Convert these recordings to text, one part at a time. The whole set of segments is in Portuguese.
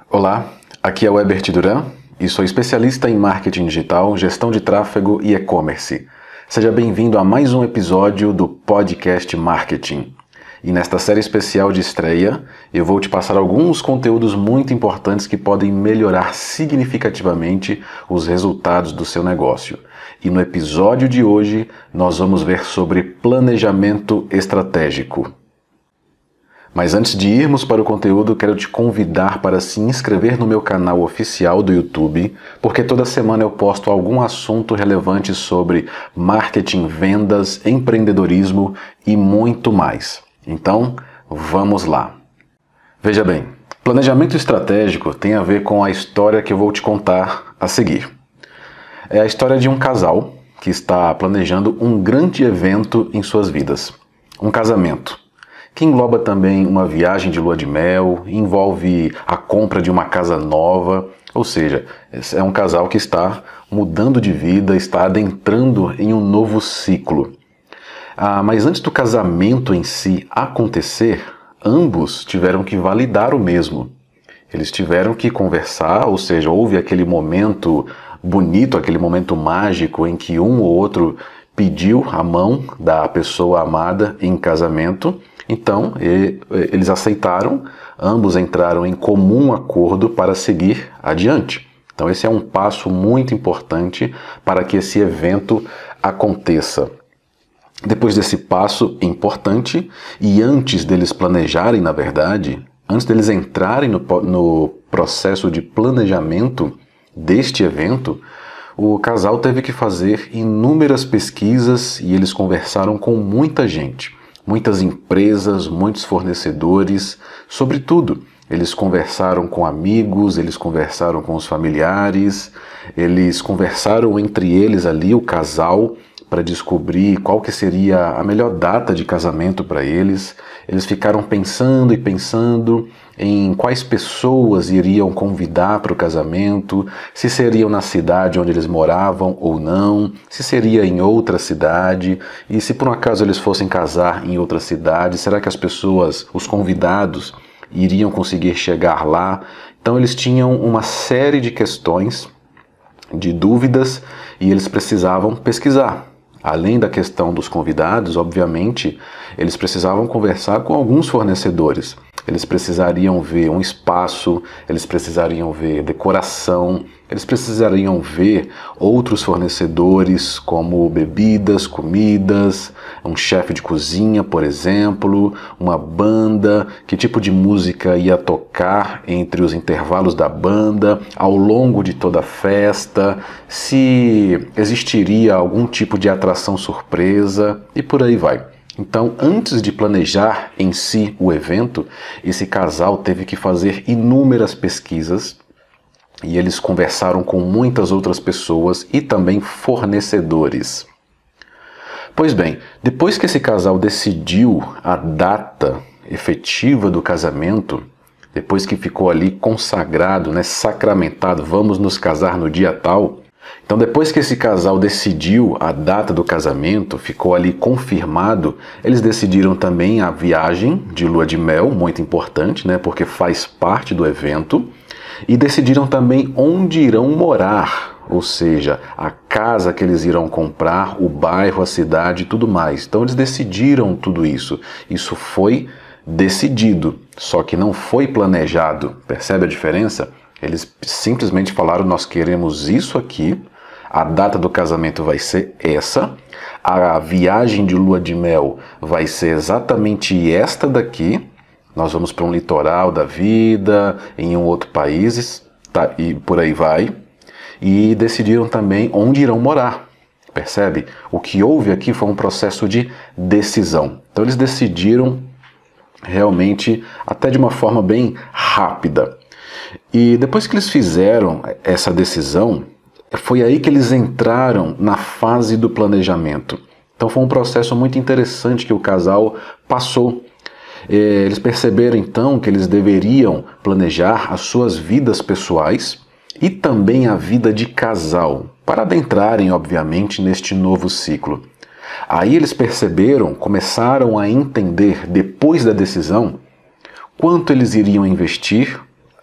Olá, aqui é o Herbert Duran e sou especialista em marketing digital, gestão de tráfego e e-commerce. Seja bem-vindo a mais um episódio do Podcast Marketing. E nesta série especial de estreia, eu vou te passar alguns conteúdos muito importantes que podem melhorar significativamente os resultados do seu negócio. E no episódio de hoje, nós vamos ver sobre planejamento estratégico. Mas antes de irmos para o conteúdo, quero te convidar para se inscrever no meu canal oficial do YouTube, porque toda semana eu posto algum assunto relevante sobre marketing, vendas, empreendedorismo e muito mais. Então, vamos lá. Veja bem, planejamento estratégico tem a ver com a história que eu vou te contar a seguir. É a história de um casal que está planejando um grande evento em suas vidas, um casamento, que engloba também uma viagem de lua de mel, envolve a compra de uma casa nova, ou seja, é um casal que está mudando de vida, está adentrando em um novo ciclo. Mas antes do casamento em si acontecer, ambos tiveram que validar o mesmo. Eles tiveram que conversar, ou seja, houve aquele momento bonito, aquele momento mágico em que um ou outro pediu a mão da pessoa amada em casamento. Então, eles aceitaram, ambos entraram em comum acordo para seguir adiante. Então, esse é um passo muito importante para que esse evento aconteça. Depois desse passo importante, e antes deles planejarem, na verdade, antes deles entrarem no processo de planejamento deste evento, o casal teve que fazer inúmeras pesquisas e eles conversaram com muita gente, muitas empresas, muitos fornecedores, sobre tudo. Eles conversaram com amigos, eles conversaram com os familiares, eles conversaram entre eles ali, o casal, para descobrir qual que seria a melhor data de casamento para eles. Eles ficaram pensando e pensando em quais pessoas iriam convidar para o casamento, se seriam na cidade onde eles moravam ou não, se seria em outra cidade, e se por um acaso eles fossem casar em outra cidade, será que as pessoas, os convidados, iriam conseguir chegar lá? Então eles tinham uma série de questões, de dúvidas, e eles precisavam pesquisar. Além da questão dos convidados, obviamente, eles precisavam conversar com alguns fornecedores. Eles precisariam ver um espaço, eles precisariam ver decoração, eles precisariam ver outros fornecedores como bebidas, comidas, um chefe de cozinha, por exemplo, uma banda, que tipo de música ia tocar entre os intervalos da banda, ao longo de toda a festa, se existiria algum tipo de atração surpresa e por aí vai. Então, antes de planejar em si o evento, esse casal teve que fazer inúmeras pesquisas e eles conversaram com muitas outras pessoas e também fornecedores. Pois bem, depois que esse casal decidiu a data efetiva do casamento, depois que ficou ali consagrado, sacramentado, vamos nos casar no dia tal. Então, depois que esse casal decidiu a data do casamento, ficou ali confirmado, eles decidiram também a viagem de lua de mel, muito importante, porque faz parte do evento, e decidiram também onde irão morar, ou seja, a casa que eles irão comprar, o bairro, a cidade e tudo mais. Então, eles decidiram tudo isso. Isso foi decidido, só que não foi planejado. Percebe a diferença? Eles simplesmente falaram, nós queremos isso aqui, a data do casamento vai ser essa, a viagem de lua de mel vai ser exatamente esta daqui, nós vamos para um litoral da vida, em um outro país, tá, e por aí vai, e decidiram também onde irão morar. Percebe? O que houve aqui foi um processo de decisão. Então eles decidiram realmente até de uma forma bem rápida. E depois que eles fizeram essa decisão, foi aí que eles entraram na fase do planejamento. Então foi um processo muito interessante que o casal passou. Eles perceberam então que eles deveriam planejar as suas vidas pessoais e também a vida de casal, para adentrarem, obviamente, neste novo ciclo. Aí eles perceberam, começaram a entender, depois da decisão, quanto eles iriam investir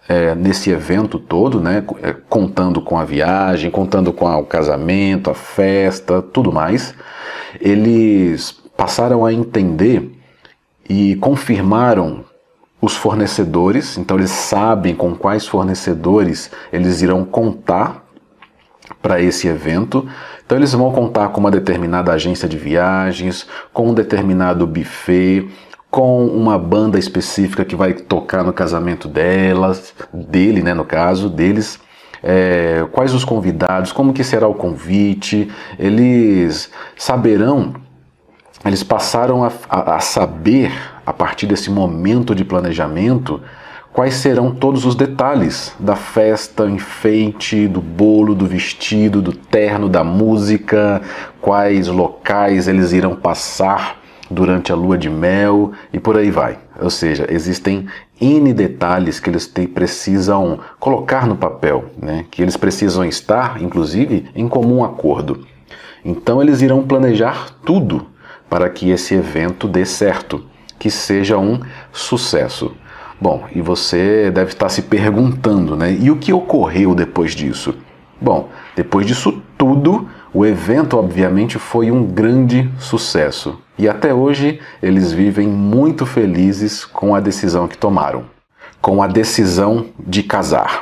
nesse evento todo, né, contando com a viagem, contando com o casamento, a festa, tudo mais, eles passaram a entender e confirmaram os fornecedores. Então eles sabem com quais fornecedores eles irão contar para esse evento. Então eles vão contar com uma determinada agência de viagens, com um determinado buffet, com uma banda específica que vai tocar no casamento dele, né, no caso, deles. Quais os convidados, como que será o convite, eles saberão, eles passaram a saber, a partir desse momento de planejamento, quais serão todos os detalhes da festa, enfeite, do bolo, do vestido, do terno, da música, quais locais eles irão passar durante a lua de mel e por aí vai. Ou seja, existem N detalhes que eles precisam colocar no papel, né? Que eles precisam estar, inclusive, em comum acordo. Então eles irão planejar tudo para que esse evento dê certo, que seja um sucesso. Bom, e você deve estar se perguntando, né? E o que ocorreu depois disso? Bom, depois disso tudo, o evento obviamente foi um grande sucesso. E até hoje eles vivem muito felizes com a decisão que tomaram, com a decisão de casar.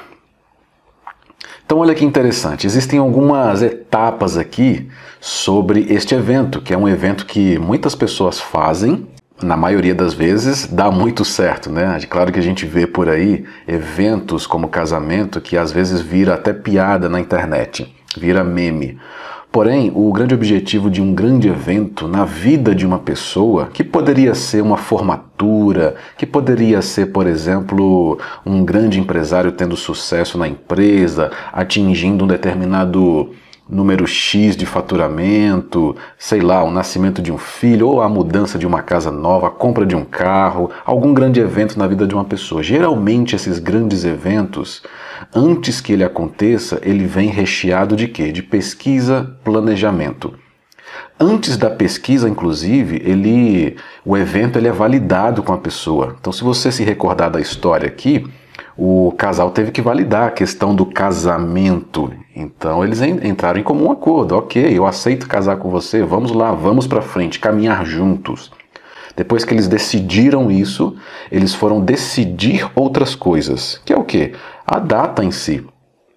Então olha que interessante, existem algumas etapas aqui sobre este evento, que é um evento que muitas pessoas fazem. Na maioria das vezes dá muito certo, né? Claro que a gente vê por aí eventos como casamento que às vezes vira até piada na internet, vira meme. Porém, o grande objetivo de um grande evento na vida de uma pessoa, que poderia ser uma formatura, que poderia ser, por exemplo, um grande empresário tendo sucesso na empresa, atingindo um determinado número X de faturamento, sei lá, o nascimento de um filho, ou a mudança de uma casa nova, a compra de um carro, algum grande evento na vida de uma pessoa. Geralmente esses grandes eventos, antes que ele aconteça, ele vem recheado de quê? De pesquisa, planejamento. Antes da pesquisa, inclusive, o evento é validado com a pessoa. Então, se você se recordar da história aqui, o casal teve que validar a questão do casamento. Então eles entraram em comum acordo. Ok, eu aceito casar com você, vamos lá, vamos para frente, caminhar juntos. Depois que eles decidiram isso, eles foram decidir outras coisas. Que é o quê? A data em si.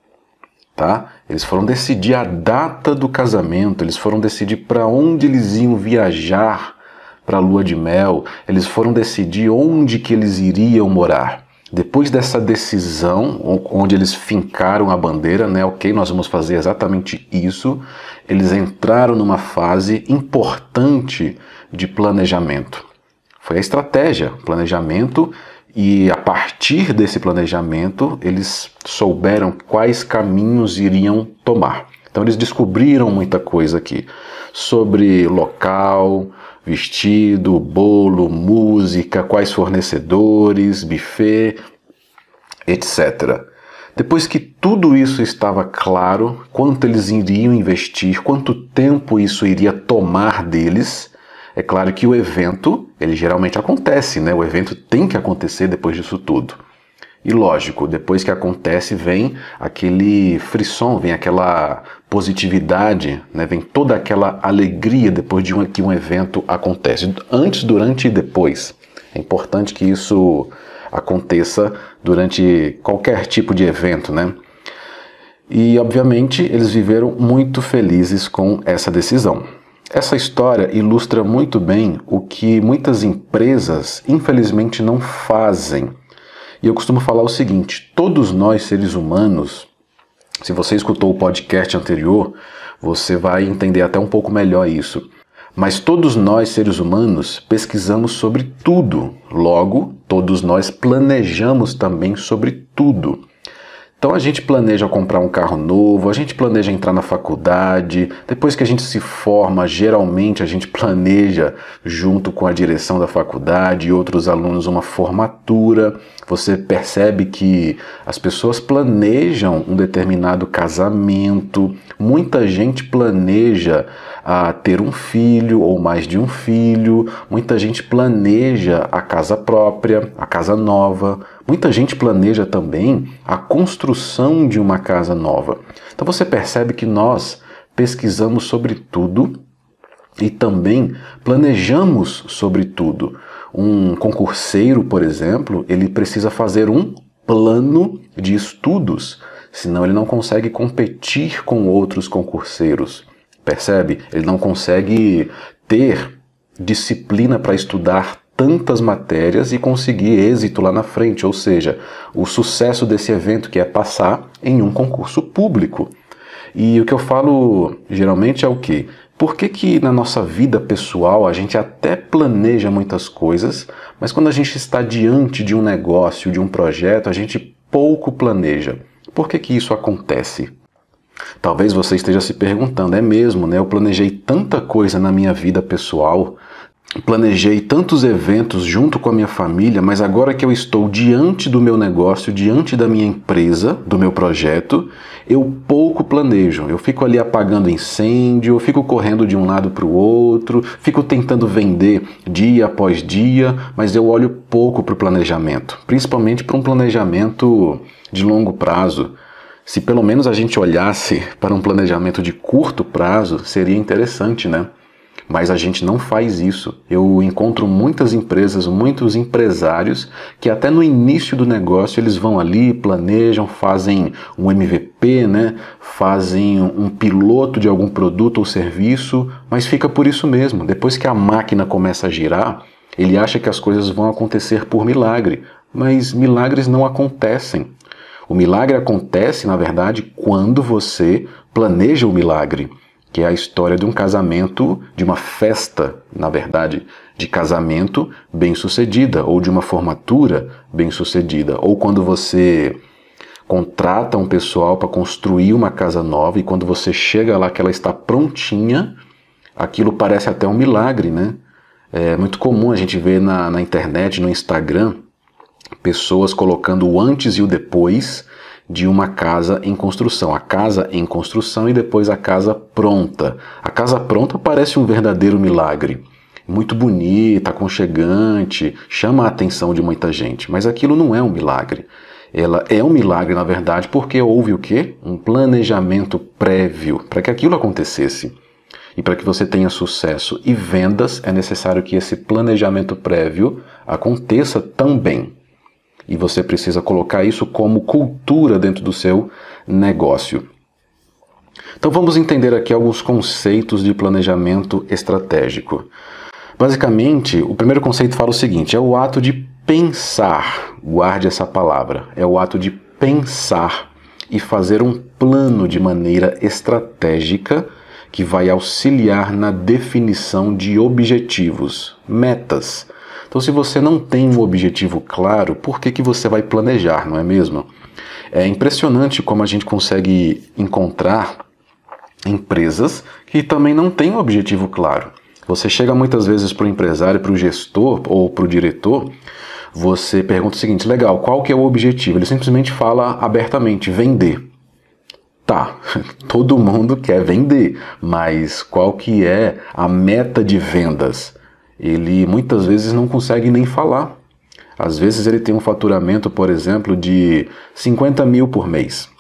Tá? Eles foram decidir a data do casamento, eles foram decidir para onde eles iam viajar para a lua de mel, eles foram decidir onde que eles iriam morar. Depois dessa decisão, onde eles fincaram a bandeira, né? Ok, nós vamos fazer exatamente isso, eles entraram numa fase importante de planejamento. Foi a estratégia, planejamento, e a partir desse planejamento, eles souberam quais caminhos iriam tomar. Então eles descobriram muita coisa aqui sobre local, vestido, bolo, música, quais fornecedores, buffet, etc. Depois que tudo isso estava claro, quanto eles iriam investir, quanto tempo isso iria tomar deles, é claro que o evento, ele geralmente acontece, né? O evento tem que acontecer depois disso tudo. E lógico, depois que acontece vem aquele frisson, vem aquela positividade, né? Vem toda aquela alegria depois de que um evento acontece. Antes, durante e depois. É importante que isso aconteça durante qualquer tipo de evento, né? E obviamente eles viveram muito felizes com essa decisão. Essa história ilustra muito bem o que muitas empresas infelizmente não fazem. E eu costumo falar o seguinte, todos nós seres humanos, se você escutou o podcast anterior, você vai entender até um pouco melhor isso. Mas todos nós seres humanos pesquisamos sobre tudo, logo todos nós planejamos também sobre tudo. Então a gente planeja comprar um carro novo, a gente planeja entrar na faculdade, depois que a gente se forma, geralmente a gente planeja junto com a direção da faculdade e outros alunos uma formatura. Você percebe que as pessoas planejam um determinado casamento, muita gente planeja ter um filho ou mais de um filho, muita gente planeja a casa própria, a casa nova, Muita gente planeja também a construção de uma casa nova. Então você percebe que nós pesquisamos sobre tudo e também planejamos sobre tudo. Um concurseiro, por exemplo, ele precisa fazer um plano de estudos, senão ele não consegue competir com outros concurseiros. Percebe? Ele não consegue ter disciplina para estudar tantas matérias e conseguir êxito lá na frente, ou seja, o sucesso desse evento que é passar em um concurso público. E o que eu falo geralmente é o quê? Por que na nossa vida pessoal a gente até planeja muitas coisas, mas quando a gente está diante de um negócio, de um projeto, a gente pouco planeja? Por que isso acontece? Talvez você esteja se perguntando, é mesmo, né? Eu planejei tanta coisa na minha vida pessoal, planejei tantos eventos junto com a minha família, mas agora que eu estou diante do meu negócio, diante da minha empresa, do meu projeto, eu pouco planejo. Eu fico ali apagando incêndio, eu fico correndo de um lado para o outro, fico tentando vender dia após dia, mas eu olho pouco para o planejamento, principalmente para um planejamento de longo prazo. Se pelo menos a gente olhasse para um planejamento de curto prazo, seria interessante, né? Mas a gente não faz isso. Eu encontro muitas empresas, muitos empresários que até no início do negócio eles vão ali, planejam, fazem um MVP, né? Fazem um piloto de algum produto ou serviço, mas fica por isso mesmo. Depois que a máquina começa a girar, ele acha que as coisas vão acontecer por milagre, mas milagres não acontecem. O milagre acontece, na verdade, quando você planeja o milagre, que é a história de um casamento, de uma festa, na verdade, de casamento bem-sucedida, ou de uma formatura bem-sucedida, ou quando você contrata um pessoal para construir uma casa nova e quando você chega lá que ela está prontinha, aquilo parece até um milagre, né? É muito comum a gente ver na internet, no Instagram, pessoas colocando o antes e o depois de uma casa em construção. A casa em construção e depois a casa pronta. A casa pronta parece um verdadeiro milagre. Muito bonita, aconchegante, chama a atenção de muita gente. Mas aquilo não é um milagre. Ela é um milagre, na verdade, porque houve o quê? Um planejamento prévio para que aquilo acontecesse. E para que você tenha sucesso e vendas, é necessário que esse planejamento prévio aconteça também. E você precisa colocar isso como cultura dentro do seu negócio. Então vamos entender aqui alguns conceitos de planejamento estratégico. Basicamente, o primeiro conceito fala o seguinte, é o ato de pensar, guarde essa palavra, é o ato de pensar e fazer um plano de maneira estratégica que vai auxiliar na definição de objetivos, metas. Então, se você não tem um objetivo claro, por que você vai planejar, não é mesmo? É impressionante como a gente consegue encontrar empresas que também não têm um objetivo claro. Você chega muitas vezes para o empresário, para o gestor ou para o diretor, você pergunta o seguinte, legal, qual que é o objetivo? Ele simplesmente fala abertamente, vender. Tá, todo mundo quer vender, mas qual que é a meta de vendas? Ele muitas vezes não consegue nem falar. Às vezes ele tem um faturamento, por exemplo, de 50 mil por mês.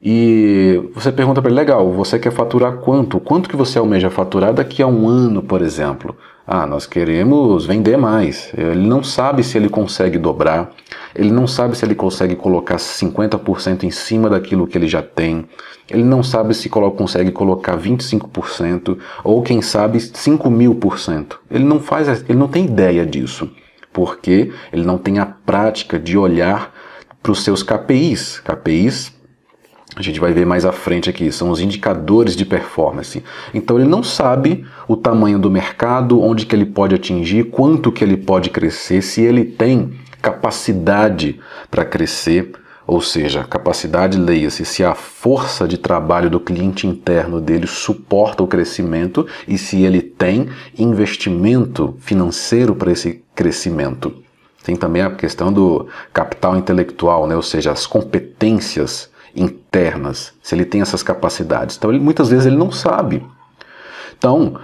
E você pergunta para ele, legal, você quer faturar quanto? Quanto que você almeja faturar daqui a um ano, por exemplo? Ah, nós queremos vender mais. Ele não sabe se ele consegue dobrar, ele não sabe se ele consegue colocar 50% em cima daquilo que ele já tem, ele não sabe se consegue colocar 25% ou quem sabe 5.000%. Ele não tem ideia disso, porque ele não tem a prática de olhar para os seus KPIs. KPIs, a gente vai ver mais à frente aqui, são os indicadores de performance. Então ele não sabe o tamanho do mercado, onde que ele pode atingir, quanto que ele pode crescer, se ele tem capacidade para crescer, ou seja, capacidade, leia-se, se a força de trabalho do cliente interno dele suporta o crescimento e se ele tem investimento financeiro para esse crescimento. Tem também a questão do capital intelectual, né? Ou seja, as competências internas, se ele tem essas capacidades. Então, muitas vezes ele não sabe. Então,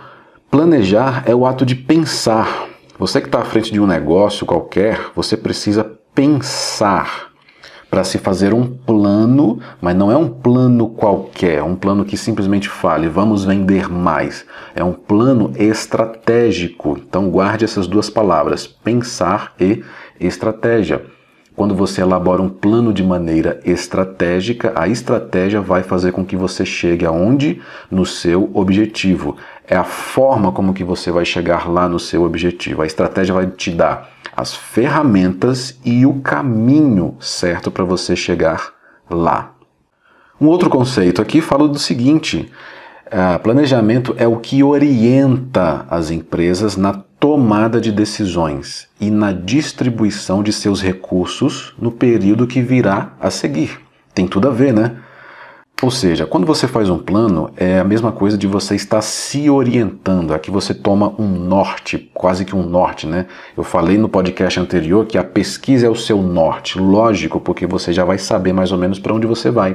planejar é o ato de pensar. Você que está à frente de um negócio qualquer, você precisa pensar, para se fazer um plano, mas não é um plano qualquer, um plano que simplesmente fale, vamos vender mais. É um plano estratégico. Então guarde essas duas palavras, pensar e estratégia. Quando você elabora um plano de maneira estratégica, a estratégia vai fazer com que você chegue aonde? No seu objetivo. É a forma como que você vai chegar lá no seu objetivo. A estratégia vai te dar as ferramentas e o caminho certo para você chegar lá. Um outro conceito aqui fala do seguinte: planejamento é o que orienta as empresas na tomada de decisões e na distribuição de seus recursos no período que virá a seguir. Tem tudo a ver, né? Ou seja, quando você faz um plano, é a mesma coisa de você estar se orientando. Aqui você toma um norte, quase que um norte, né? Eu falei no podcast anterior que a pesquisa é o seu norte. Lógico, porque você já vai saber mais ou menos para onde você vai.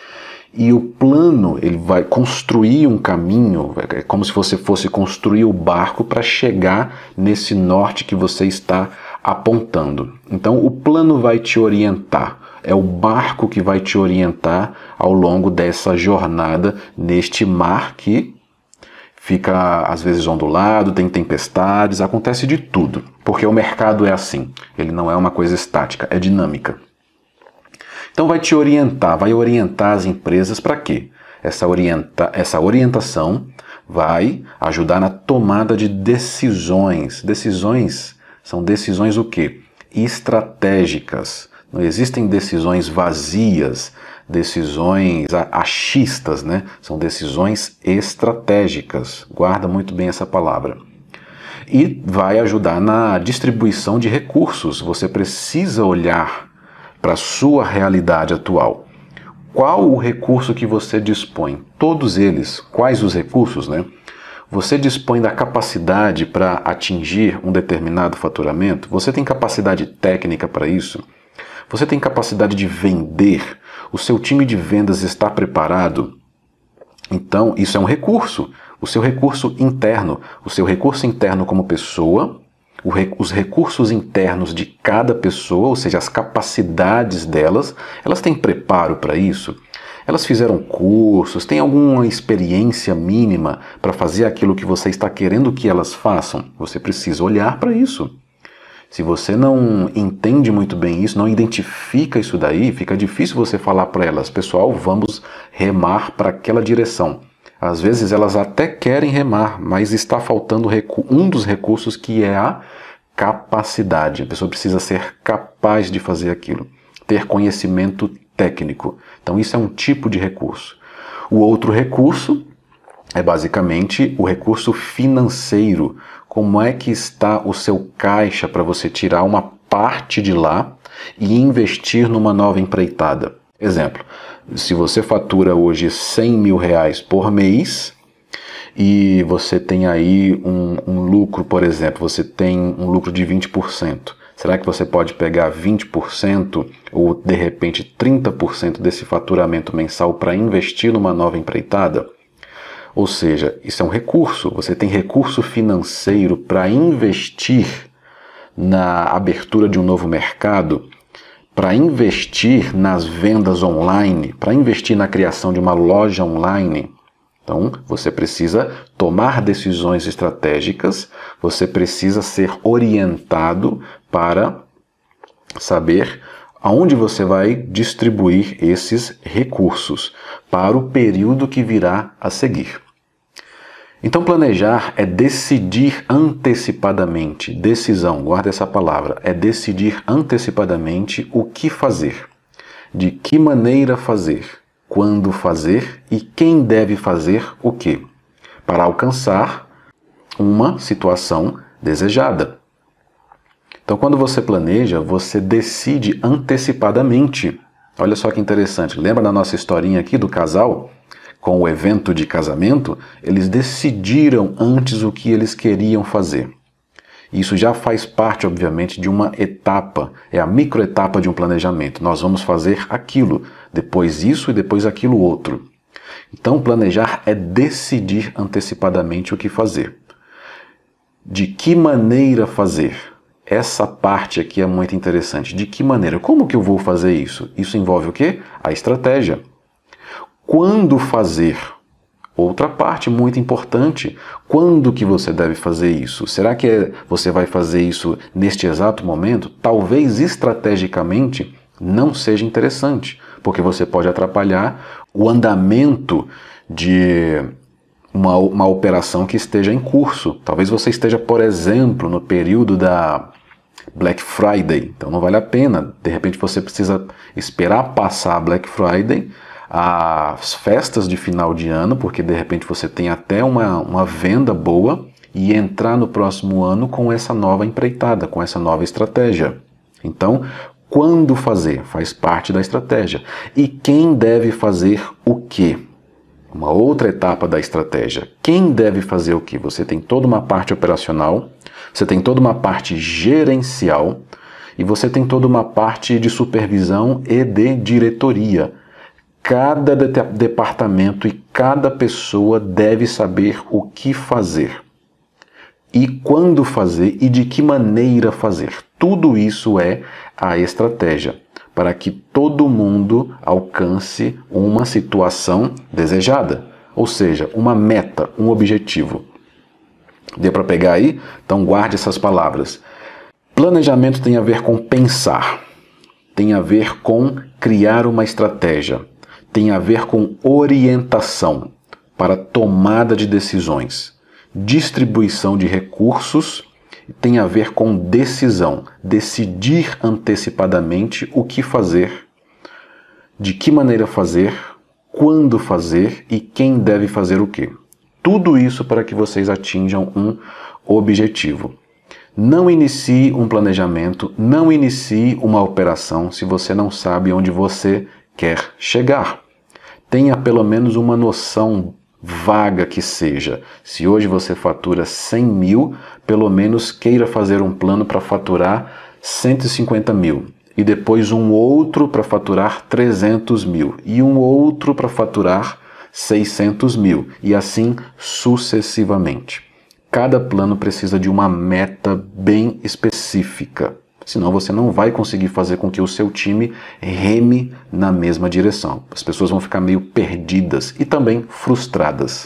E o plano, ele vai construir um caminho, é como se você fosse construir o barco para chegar nesse norte que você está apontando. Então, o plano vai te orientar. É o barco que vai te orientar ao longo dessa jornada neste mar que fica às vezes ondulado, tem tempestades, acontece de tudo. Porque o mercado é assim, ele não é uma coisa estática, é dinâmica. Então vai te orientar, vai orientar as empresas para quê? Essa orientação vai ajudar na tomada de decisões. Decisões são decisões o quê? Estratégicas. Não existem decisões vazias, decisões achistas, né? São decisões estratégicas. Guarda muito bem essa palavra. E vai ajudar na distribuição de recursos. Você precisa olhar para a sua realidade atual. Qual o recurso que você dispõe? Todos eles. Quais os recursos, né? Você dispõe da capacidade para atingir um determinado faturamento? Você tem capacidade técnica para isso? Você tem capacidade de vender? O seu time de vendas está preparado? Então, isso é um recurso. O seu recurso interno. O seu recurso interno como pessoa, os recursos internos de cada pessoa, ou seja, as capacidades delas, elas têm preparo para isso? Elas fizeram cursos, têm alguma experiência mínima para fazer aquilo que você está querendo que elas façam? Você precisa olhar para isso. Se você não entende muito bem isso, não identifica isso daí, fica difícil você falar para elas, pessoal, vamos remar para aquela direção. Às vezes elas até querem remar, mas está faltando um dos recursos que é a capacidade. A pessoa precisa ser capaz de fazer aquilo, ter conhecimento técnico. Então isso é um tipo de recurso. O outro recurso é basicamente o recurso financeiro. Como é que está o seu caixa para você tirar uma parte de lá e investir numa nova empreitada? Exemplo, se você fatura hoje R$100.000 por mês e você tem aí um lucro, por exemplo, você tem um lucro de 20%. Será que você pode pegar 20% ou de repente 30% desse faturamento mensal para investir numa nova empreitada? Ou seja, isso é um recurso. Você tem recurso financeiro para investir na abertura de um novo mercado, para investir nas vendas online, para investir na criação de uma loja online. Então, você precisa tomar decisões estratégicas, você precisa ser orientado para saber aonde você vai distribuir esses recursos para o período que virá a seguir. Então, planejar é decidir antecipadamente. Decisão, guarda essa palavra, é decidir antecipadamente o que fazer, de que maneira fazer, quando fazer e quem deve fazer o quê, para alcançar uma situação desejada. Então, quando você planeja, você decide antecipadamente. Olha só que interessante. Lembra da nossa historinha aqui do casal? Com o evento de casamento, eles decidiram antes o que eles queriam fazer. Isso já faz parte, obviamente, de uma etapa, é a microetapa de um planejamento. Nós vamos fazer aquilo, depois isso e depois aquilo outro. Então, planejar é decidir antecipadamente o que fazer. De que maneira fazer? essa parte aqui é muito interessante. De que maneira? Como que eu vou fazer isso? Isso envolve o quê? A estratégia. Quando fazer? Outra parte muito importante. Quando que você deve fazer isso? Será que você vai fazer isso neste exato momento? Talvez estrategicamente não seja interessante, porque você pode atrapalhar o andamento de uma operação que esteja em curso. Talvez você esteja, por exemplo, no período da Black Friday, então não vale a pena. De repente você precisa esperar passar a Black Friday, as festas de final de ano, porque de repente você tem até uma venda boa, e entrar no próximo ano com essa nova empreitada, com essa nova estratégia. Então, quando fazer? Faz parte da estratégia. E quem deve fazer o quê? Uma outra etapa da estratégia. Quem deve fazer o quê? Você tem toda uma parte operacional, você tem toda uma parte gerencial e você tem toda uma parte de supervisão e de diretoria. Cada departamento e cada pessoa deve saber o que fazer. E quando fazer e de que maneira fazer. Tudo isso é a estratégia, para que todo mundo alcance uma situação desejada, ou seja, uma meta, um objetivo. Deu para pegar aí? Então guarde essas palavras. Planejamento tem a ver com pensar, tem a ver com criar uma estratégia, tem a ver com orientação para tomada de decisões, distribuição de recursos, tem a ver com decisão, decidir antecipadamente o que fazer, de que maneira fazer, quando fazer e quem deve fazer o quê. Tudo isso para que vocês atinjam um objetivo. Não inicie um planejamento, não inicie uma operação se você não sabe onde você quer chegar. Tenha pelo menos uma noção vaga que seja. Se hoje você fatura 100 mil, pelo menos queira fazer um plano para faturar 150 mil. E depois um outro para faturar 300 mil. E um outro para faturar 600 mil. E assim sucessivamente. Cada plano precisa de uma meta bem específica. Senão você não vai conseguir fazer com que o seu time reme na mesma direção. As pessoas vão ficar meio perdidas e também frustradas.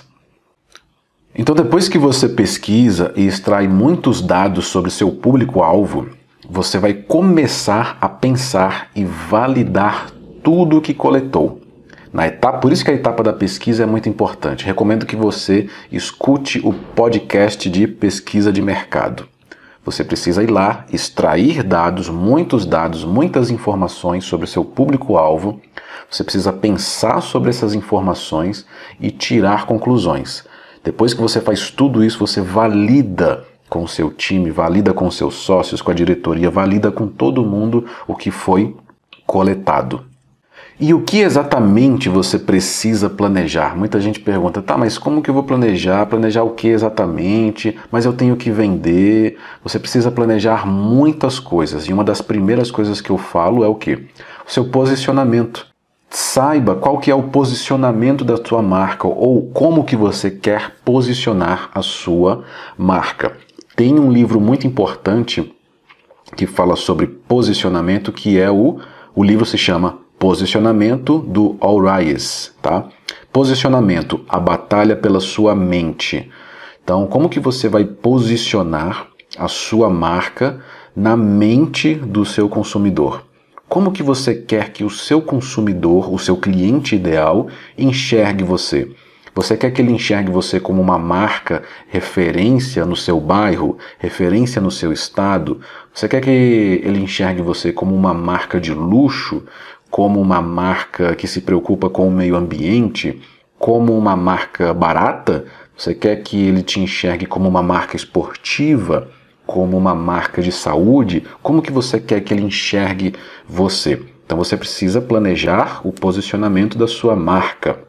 Então, depois que você pesquisa e extrai muitos dados sobre seu público-alvo, você vai começar a pensar e validar tudo o que coletou. Por isso que a etapa da pesquisa é muito importante. Recomendo que você escute o podcast de pesquisa de mercado. Você precisa ir lá, extrair dados, muitas informações sobre o seu público-alvo. Você precisa pensar sobre essas informações e tirar conclusões. Depois que você faz tudo isso, você valida com o seu time, valida com os seus sócios, com a diretoria, valida com todo mundo o que foi coletado. E o que exatamente você precisa planejar? Muita gente pergunta, tá, mas como que eu vou planejar? Planejar o que exatamente? Mas eu tenho que vender. Você precisa planejar muitas coisas. E uma das primeiras coisas que eu falo é o quê? O seu posicionamento. Saiba qual que é o posicionamento da sua marca ou como que você quer posicionar a sua marca. Tem um livro muito importante que fala sobre posicionamento, que é o livro se chama Posicionamento, do Al Ries, tá? Posicionamento, a batalha pela sua mente. Então, como que você vai posicionar a sua marca na mente do seu consumidor? Como que você quer que o seu consumidor, o seu cliente ideal, enxergue você? Você quer que ele enxergue você como uma marca referência no seu bairro, referência no seu estado? Você quer que ele enxergue você como uma marca de luxo, como uma marca que se preocupa com o meio ambiente, como uma marca barata? Você quer que ele te enxergue como uma marca esportiva, como uma marca de saúde? Como que você quer que ele enxergue você? Então você precisa planejar o posicionamento da sua marca.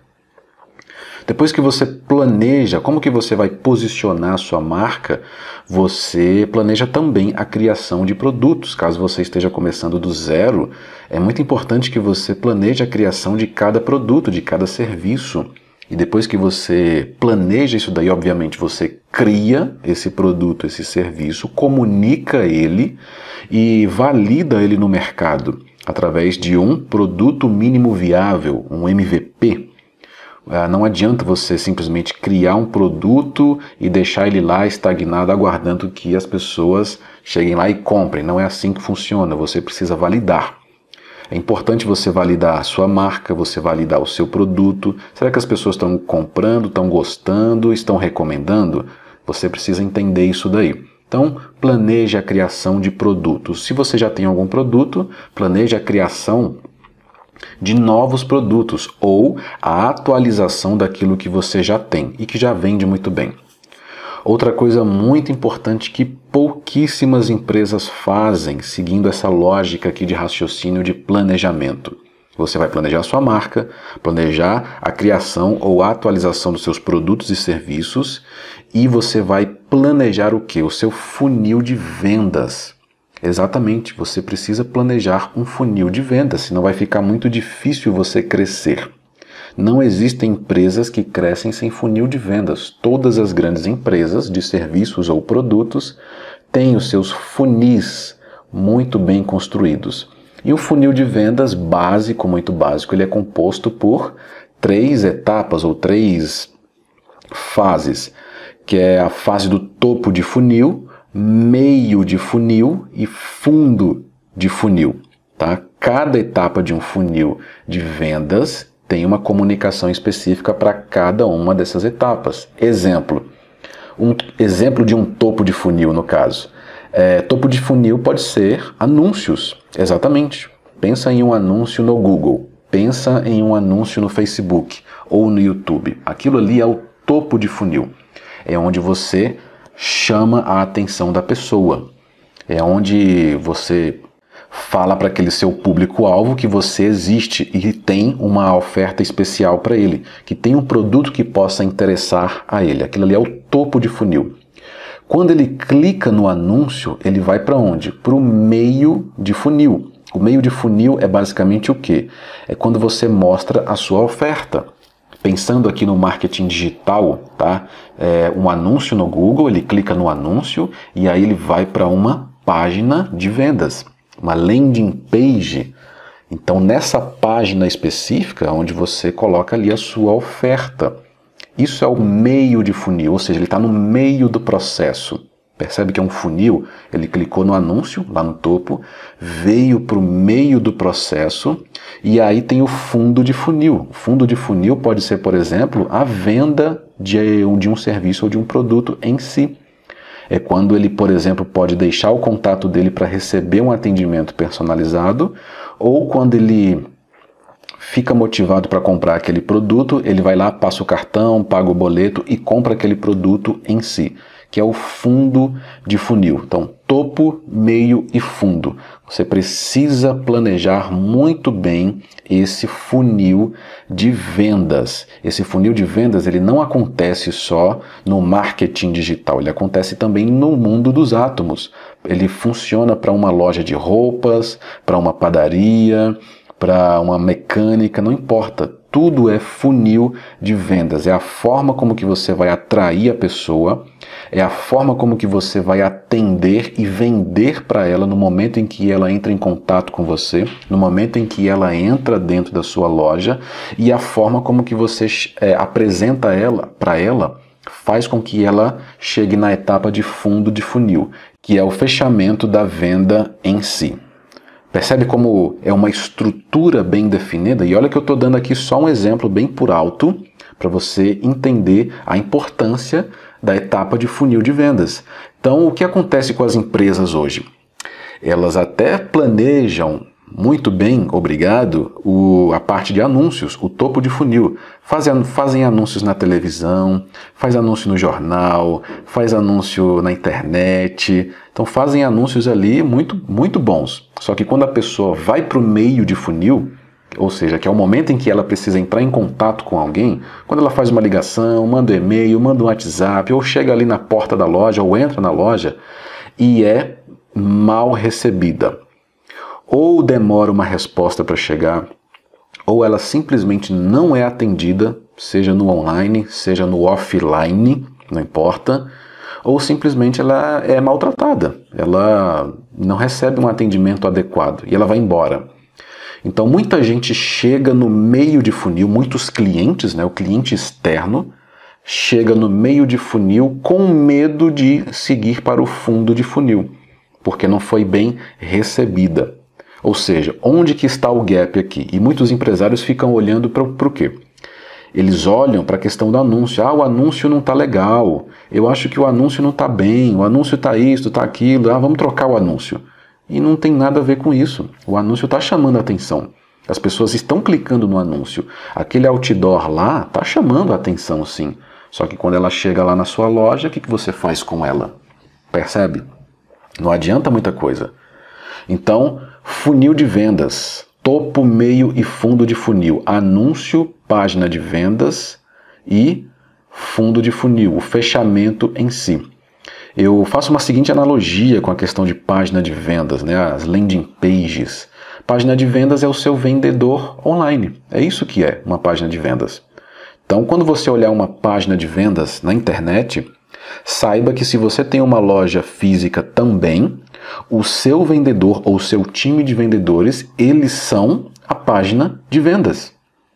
Depois que você planeja como que você vai posicionar a sua marca, você planeja também a criação de produtos. Caso você esteja começando do zero, é muito importante que você planeje a criação de cada produto, de cada serviço. E depois que você planeja isso daí, obviamente você cria esse produto, esse serviço, comunica ele e valida ele no mercado através de um produto mínimo viável, um MVP. Não adianta você simplesmente criar um produto e deixar ele lá estagnado, aguardando que as pessoas cheguem lá e comprem. Não é assim que funciona, você precisa validar. É importante você validar a sua marca, você validar o seu produto. Será que as pessoas estão comprando, estão gostando, estão recomendando? Você precisa entender isso daí. Então, planeje a criação de produtos. Se você já tem algum produto, planeje a criação de novos produtos ou a atualização daquilo que você já tem e que já vende muito bem. Outra coisa muito importante que pouquíssimas empresas fazem, seguindo essa lógica aqui de raciocínio de planejamento. Você vai planejar a sua marca, planejar a criação ou a atualização dos seus produtos e serviços e você vai planejar o quê? O seu funil de vendas. Exatamente, você precisa planejar um funil de vendas, senão vai ficar muito difícil você crescer. Não existem empresas que crescem sem funil de vendas. Todas as grandes empresas de serviços ou produtos têm os seus funis muito bem construídos. E o funil de vendas básico, muito básico, ele é composto por 3 etapas ou 3 fases, que é a fase do topo de funil, meio de funil e fundo de funil. Tá? Cada etapa de um funil de vendas tem uma comunicação específica para cada uma dessas etapas. Um exemplo de um topo de funil, no caso. Topo de funil pode ser anúncios, exatamente. Pensa em um anúncio no Google, pensa em um anúncio no Facebook ou no YouTube. Aquilo ali é o topo de funil. É onde você chama a atenção da pessoa. É onde você fala para aquele seu público-alvo que você existe e tem uma oferta especial para ele, que tem um produto que possa interessar a ele. Aquilo ali é o topo de funil. Quando ele clica no anúncio, ele vai para onde? Para o meio de funil. O meio de funil é basicamente o quê? É quando você mostra a sua oferta. Pensando aqui no marketing digital, tá? Um anúncio no Google, ele clica no anúncio e aí ele vai para uma página de vendas, uma landing page. Então, nessa página específica, onde você coloca ali a sua oferta. Isso é o meio de funil, ou seja, ele está no meio do processo. Percebe que é um funil? Ele clicou no anúncio, lá no topo, veio para o meio do processo e aí tem o fundo de funil. O fundo de funil pode ser, por exemplo, a venda de um serviço ou de um produto em si. É quando ele, por exemplo, pode deixar o contato dele para receber um atendimento personalizado ou quando ele fica motivado para comprar aquele produto, ele vai lá, passa o cartão, paga o boleto e compra aquele produto em si, que é o fundo de funil. Então, topo, meio e fundo. Você precisa planejar muito bem esse funil de vendas. Esse funil de vendas, ele não acontece só no marketing digital, ele acontece também no mundo dos átomos. Ele funciona para uma loja de roupas, para uma padaria, para uma mecânica, não importa. Tudo é funil de vendas. É a forma como que você vai atrair a pessoa, é a forma como que você vai atender e vender para ela no momento em que ela entra em contato com você, no momento em que ela entra dentro da sua loja e a forma como que você apresenta ela para ela faz com que ela chegue na etapa de fundo de funil, que é o fechamento da venda em si. Percebe como é uma estrutura bem definida? E olha que eu estou dando aqui só um exemplo bem por alto para você entender a importância da etapa de funil de vendas. Então, o que acontece com as empresas hoje? Elas até planejam muito bem, obrigado, a parte de anúncios, o topo de funil. Fazem anúncios na televisão, faz anúncio no jornal, faz anúncio na internet. Então fazem anúncios ali muito, muito bons. Só que quando a pessoa vai para o meio de funil, ou seja, que é o momento em que ela precisa entrar em contato com alguém, quando ela faz uma ligação, manda um e-mail, manda um WhatsApp, ou chega ali na porta da loja, ou entra na loja, e é mal recebida. Ou demora uma resposta para chegar, ou ela simplesmente não é atendida, seja no online, seja no offline, não importa, ou simplesmente ela é maltratada, ela não recebe um atendimento adequado e ela vai embora. Então muita gente chega no meio de funil, muitos clientes, né, o cliente externo, chega no meio de funil com medo de seguir para o fundo de funil, porque não foi bem recebida. Ou seja, onde que está o gap aqui? E muitos empresários ficam olhando para o quê? Eles olham para a questão do anúncio. O anúncio não está legal, eu acho que o anúncio não está bem, o anúncio está isso, está aquilo, vamos trocar o anúncio. E não tem nada a ver com isso. O anúncio está chamando a atenção. As pessoas estão clicando no anúncio. Aquele outdoor lá está chamando a atenção, sim. Só que quando ela chega lá na sua loja, o que você faz com ela? Percebe? Não adianta muita coisa. Então, funil de vendas, topo, meio e fundo de funil. Anúncio, página de vendas e fundo de funil, o fechamento em si. Eu faço uma seguinte analogia com a questão de página de vendas, né? As landing pages. Página de vendas é o seu vendedor online. É isso que é uma página de vendas. Então, quando você olhar uma página de vendas na internet, saiba que se você tem uma loja física também, o seu vendedor ou o seu time de vendedores, eles são a página de vendas.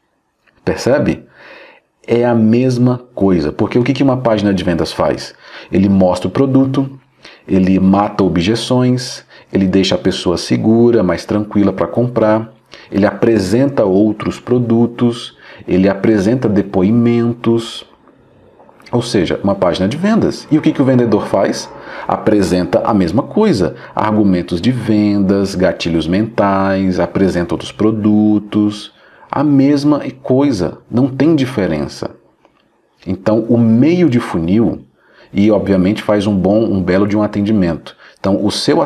Percebe? É a mesma coisa, porque o que uma página de vendas faz? Ele mostra o produto, ele mata objeções, ele deixa a pessoa segura, mais tranquila para comprar, ele apresenta outros produtos, ele apresenta depoimentos, ou seja, uma página de vendas. E o que o vendedor faz? Apresenta a mesma coisa, argumentos de vendas, gatilhos mentais, apresenta outros produtos, a mesma coisa, não tem diferença. Então, o meio de funil, e obviamente faz um belo de um atendimento. Então, o seu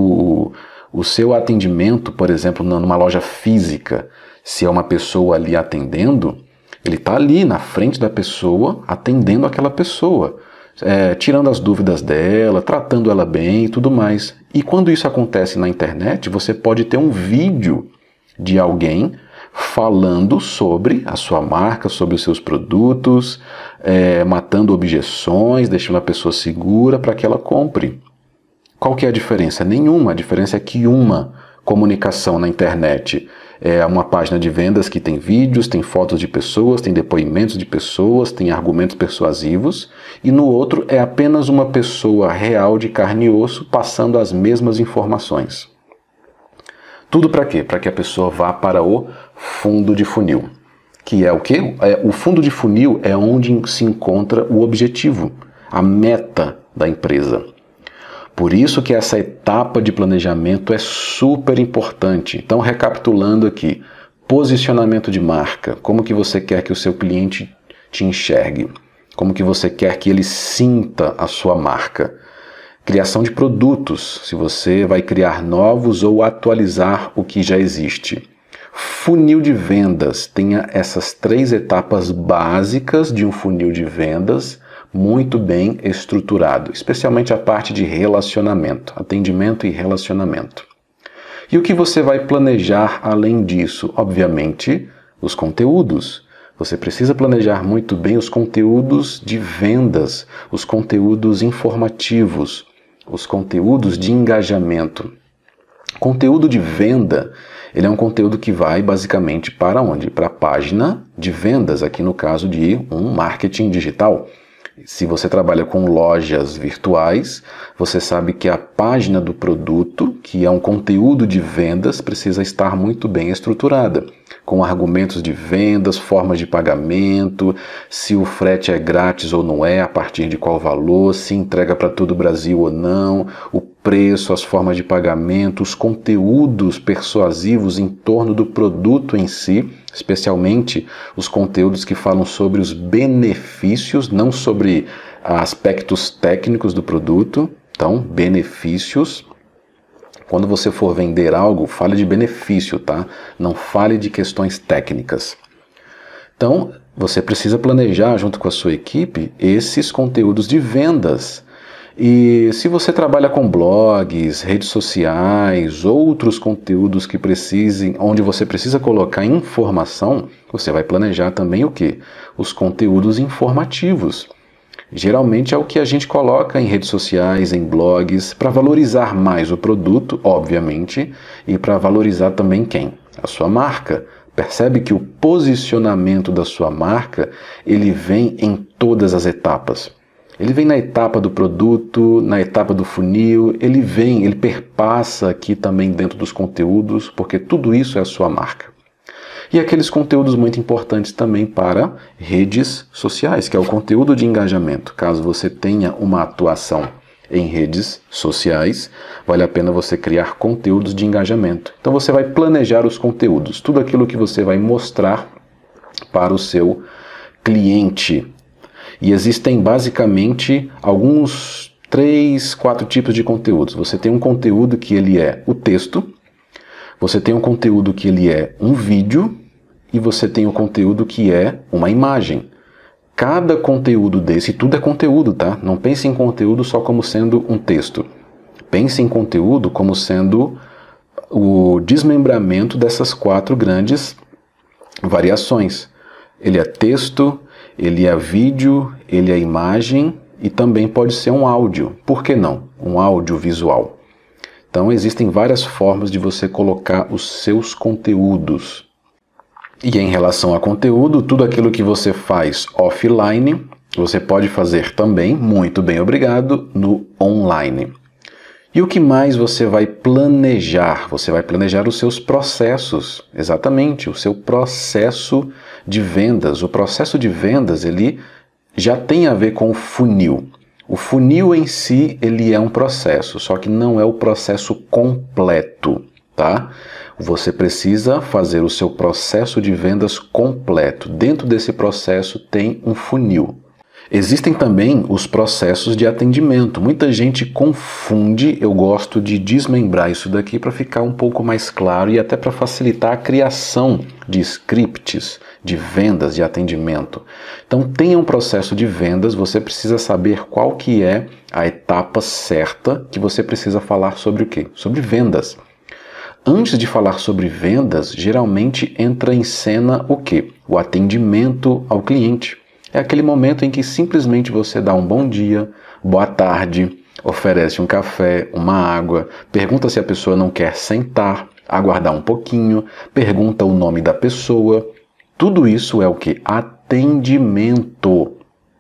atendimento, por exemplo, numa loja física, se é uma pessoa ali atendendo, ele está ali na frente da pessoa, atendendo aquela pessoa, tirando as dúvidas dela, tratando ela bem e tudo mais. E quando isso acontece na internet, você pode ter um vídeo de alguém falando sobre a sua marca, sobre os seus produtos, matando objeções, deixando a pessoa segura para que ela compre. Qual que é a diferença? Nenhuma. A diferença é que uma comunicação na internet é uma página de vendas que tem vídeos, tem fotos de pessoas, tem depoimentos de pessoas, tem argumentos persuasivos, e no outro é apenas uma pessoa real de carne e osso passando as mesmas informações. Tudo para quê? Para que a pessoa vá para o fundo de funil. Que é o quê? O fundo de funil é onde se encontra o objetivo, a meta da empresa. Por isso que essa etapa de planejamento é super importante. Então, recapitulando aqui, posicionamento de marca, como que você quer que o seu cliente te enxergue? Como que você quer que ele sinta a sua marca? Criação de produtos, se você vai criar novos ou atualizar o que já existe. Funil de vendas, tenha essas 3 etapas básicas de um funil de vendas muito bem estruturado, especialmente a parte de relacionamento, atendimento e relacionamento. E o que você vai planejar além disso? Obviamente, os conteúdos. Você precisa planejar muito bem os conteúdos de vendas, os conteúdos informativos, os conteúdos de engajamento. Conteúdo de venda, ele é um conteúdo que vai basicamente para onde? Para a página de vendas, aqui no caso de um marketing digital. Se você trabalha com lojas virtuais, você sabe que a página do produto, que é um conteúdo de vendas, precisa estar muito bem estruturada, com argumentos de vendas, formas de pagamento, se o frete é grátis ou não é, a partir de qual valor, se entrega para todo o Brasil ou não, o preço, as formas de pagamento, os conteúdos persuasivos em torno do produto em si, especialmente os conteúdos que falam sobre os benefícios, não sobre aspectos técnicos do produto. Então, benefícios. Quando você for vender algo, fale de benefício, tá? Não fale de questões técnicas. Então, você precisa planejar junto com a sua equipe esses conteúdos de vendas. E se você trabalha com blogs, redes sociais, outros conteúdos que precisem, onde você precisa colocar informação, você vai planejar também o quê? Os conteúdos informativos. Geralmente é o que a gente coloca em redes sociais, em blogs, para valorizar mais o produto, obviamente, e para valorizar também quem? A sua marca. Percebe que o posicionamento da sua marca, ele vem em todas as etapas. Ele vem na etapa do produto, na etapa do funil, ele perpassa aqui também dentro dos conteúdos, porque tudo isso é a sua marca. E aqueles conteúdos muito importantes também para redes sociais, que é o conteúdo de engajamento. Caso você tenha uma atuação em redes sociais, vale a pena você criar conteúdos de engajamento. Então você vai planejar os conteúdos, tudo aquilo que você vai mostrar para o seu cliente. E existem basicamente alguns 3, 4 tipos de conteúdos. Você tem um conteúdo que ele é o texto, você tem um conteúdo que ele é um vídeo e você tem um conteúdo que é uma imagem. Cada conteúdo desse, tudo é conteúdo, tá? Não pense em conteúdo só como sendo um texto. Pense em conteúdo como sendo o desmembramento dessas 4 grandes variações. Ele é texto, ele é vídeo, ele é imagem e também pode ser um áudio. Por que não? Um áudio visual. Então existem várias formas de você colocar os seus conteúdos. E em relação a conteúdo, tudo aquilo que você faz offline, você pode fazer também, muito bem, obrigado, no online. E o que mais você vai planejar? Você vai planejar os seus processos, exatamente, o seu processo de vendas. O processo de vendas, ele já tem a ver com o funil. O funil em si, ele é um processo, só que não é o processo completo, tá? Você precisa fazer o seu processo de vendas completo. Dentro desse processo tem um funil. Existem também os processos de atendimento. Muita gente confunde, eu gosto de desmembrar isso daqui para ficar um pouco mais claro e até para facilitar a criação de scripts, de vendas, de atendimento. Então, tenha um processo de vendas, você precisa saber qual que é a etapa certa que você precisa falar sobre o quê? Sobre vendas. Antes de falar sobre vendas, geralmente entra em cena o quê? O atendimento ao cliente. É aquele momento em que simplesmente você dá um bom dia, boa tarde, oferece um café, uma água, pergunta se a pessoa não quer sentar, aguardar um pouquinho, pergunta o nome da pessoa. Tudo isso é o quê? Atendimento.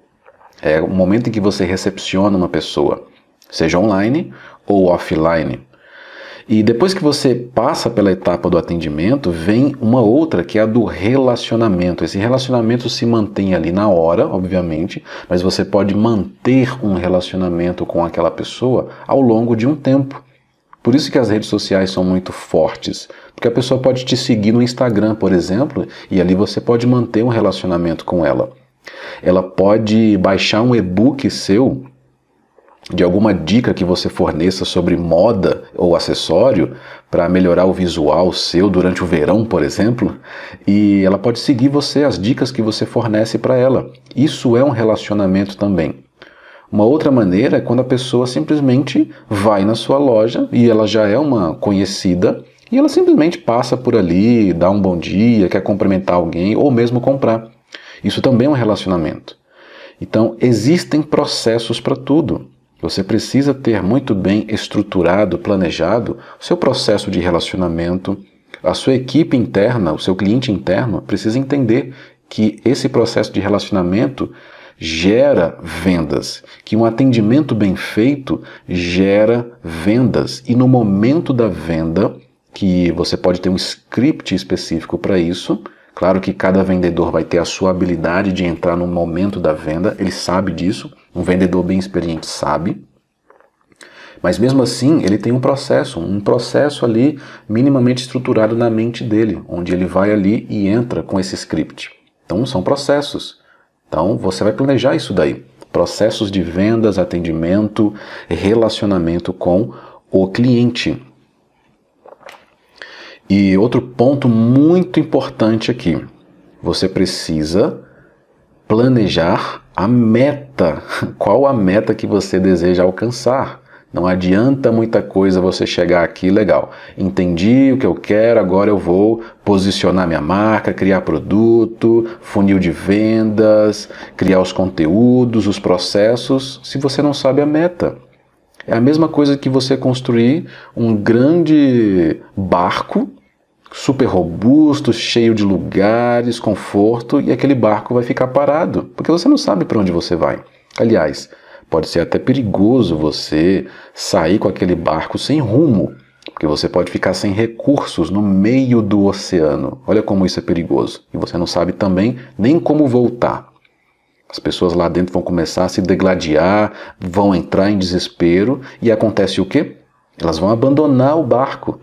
É o momento em que você recepciona uma pessoa, seja online ou offline. E depois que você passa pela etapa do atendimento, vem uma outra que é a do relacionamento. Esse relacionamento se mantém ali na hora, obviamente, mas você pode manter um relacionamento com aquela pessoa ao longo de um tempo. Por isso que as redes sociais são muito fortes, porque a pessoa pode te seguir no Instagram, por exemplo, e ali você pode manter um relacionamento com ela. Ela pode baixar um e-book seu de alguma dica que você forneça sobre moda ou acessório para melhorar o visual seu durante o verão, por exemplo, e ela pode seguir você, as dicas que você fornece para ela. Isso é um relacionamento também. Uma outra maneira é quando a pessoa simplesmente vai na sua loja e ela já é uma conhecida e ela simplesmente passa por ali, dá um bom dia, quer cumprimentar alguém ou mesmo comprar. Isso também é um relacionamento. Então, existem processos para tudo. Você precisa ter muito bem estruturado, planejado o seu processo de relacionamento. A sua equipe interna, o seu cliente interno, precisa entender que esse processo de relacionamento gera vendas, que um atendimento bem feito gera vendas. E no momento da venda, que você pode ter um script específico para isso, claro que cada vendedor vai ter a sua habilidade de entrar no momento da venda, ele sabe disso, um vendedor bem experiente sabe, mas mesmo assim ele tem um processo ali minimamente estruturado na mente dele, onde ele vai ali e entra com esse script. Então são processos, então você vai planejar isso daí, processos de vendas, atendimento, relacionamento com o cliente. E outro ponto muito importante aqui, você precisa planejar a meta. Qual a meta que você deseja alcançar? Não adianta muita coisa você chegar aqui, legal, entendi o que eu quero, agora eu vou posicionar minha marca, criar produto, funil de vendas, criar os conteúdos, os processos, se você não sabe a meta. É a mesma coisa que você construir um grande barco, super robusto, cheio de lugares, conforto, e aquele barco vai ficar parado, porque você não sabe para onde você vai. Aliás, pode ser até perigoso você sair com aquele barco sem rumo, porque você pode ficar sem recursos no meio do oceano. Olha como isso é perigoso. E você não sabe também nem como voltar. As pessoas lá dentro vão começar a se degladiar, vão entrar em desespero e acontece o quê? Elas vão abandonar o barco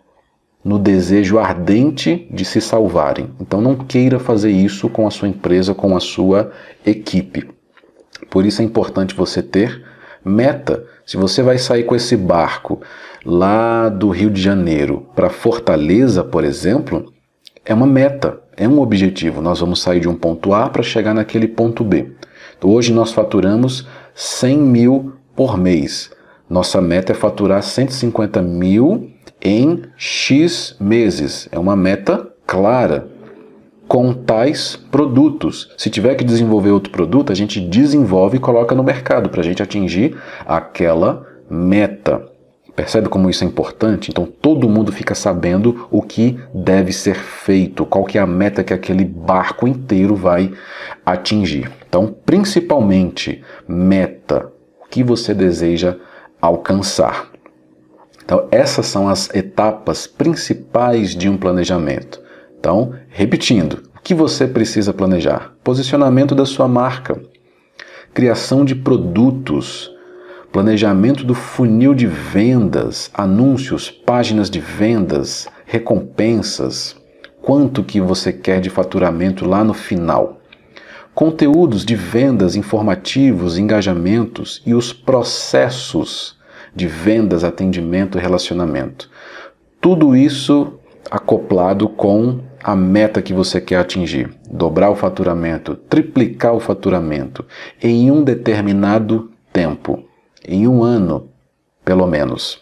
no desejo ardente de se salvarem. Então não queira fazer isso com a sua empresa, com a sua equipe. Por isso é importante você ter meta. Se você vai sair com esse barco lá do Rio de Janeiro para Fortaleza, por exemplo, é uma meta, é um objetivo. Nós vamos sair de um ponto A para chegar naquele ponto B. Então, hoje nós faturamos 100 mil por mês. Nossa meta é faturar 150 mil em X meses. É uma meta clara, com tais produtos. Se tiver que desenvolver outro produto, a gente desenvolve e coloca no mercado para a gente atingir aquela meta. Percebe como isso é importante? Então todo mundo fica sabendo o que deve ser feito, qual que é a meta que aquele barco inteiro vai atingir. Então, principalmente, meta, o que você deseja alcançar. Então, essas são as etapas principais de um planejamento. Então, repetindo, o que você precisa planejar? Posicionamento da sua marca, criação de produtos, planejamento do funil de vendas, anúncios, páginas de vendas, recompensas, quanto que você quer de faturamento lá no final. Conteúdos de vendas informativos, engajamentos e os processos de vendas, atendimento e relacionamento. Tudo isso acoplado com a meta que você quer atingir. Dobrar o faturamento, triplicar o faturamento em um determinado tempo, em um ano, pelo menos.